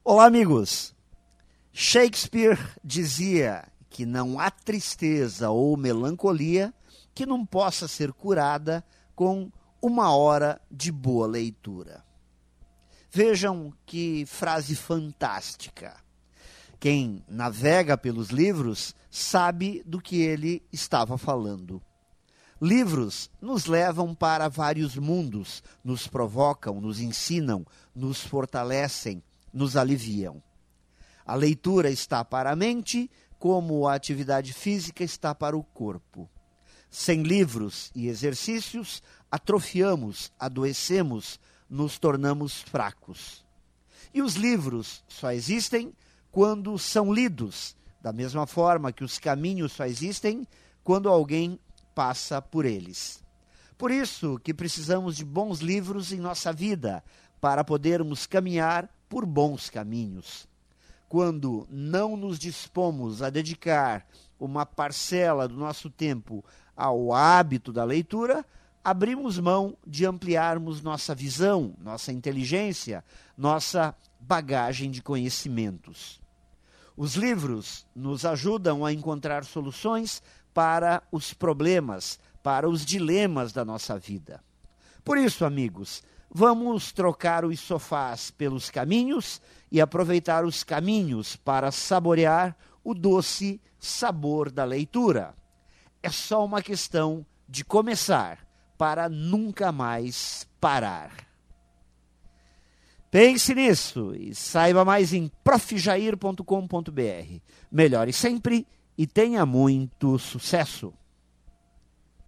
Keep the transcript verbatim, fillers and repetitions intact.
Olá, amigos! Shakespeare dizia que não há tristeza ou melancolia que não possa ser curada com uma hora de boa leitura. Vejam que frase fantástica. Quem navega pelos livros sabe do que ele estava falando. Livros nos levam para vários mundos, nos provocam, nos ensinam, nos fortalecem, nos aliviam. A leitura está para a mente, como a atividade física está para o corpo. Sem livros e exercícios, atrofiamos, adoecemos, nos tornamos fracos. E os livros só existem quando são lidos, da mesma forma que os caminhos só existem quando alguém passa por eles. Por isso que precisamos de bons livros em nossa vida, para podermos caminhar por bons caminhos. Quando não nos dispomos a dedicar uma parcela do nosso tempo ao hábito da leitura, abrimos mão de ampliarmos nossa visão, nossa inteligência, nossa bagagem de conhecimentos. Os livros nos ajudam a encontrar soluções para os problemas, para os dilemas da nossa vida. Por isso, amigos, vamos trocar os sofás pelos caminhos e aproveitar os caminhos para saborear o doce sabor da leitura. É só uma questão de começar para nunca mais parar. Pense nisso e saiba mais em prof jair ponto com ponto br. Melhore sempre e tenha muito sucesso!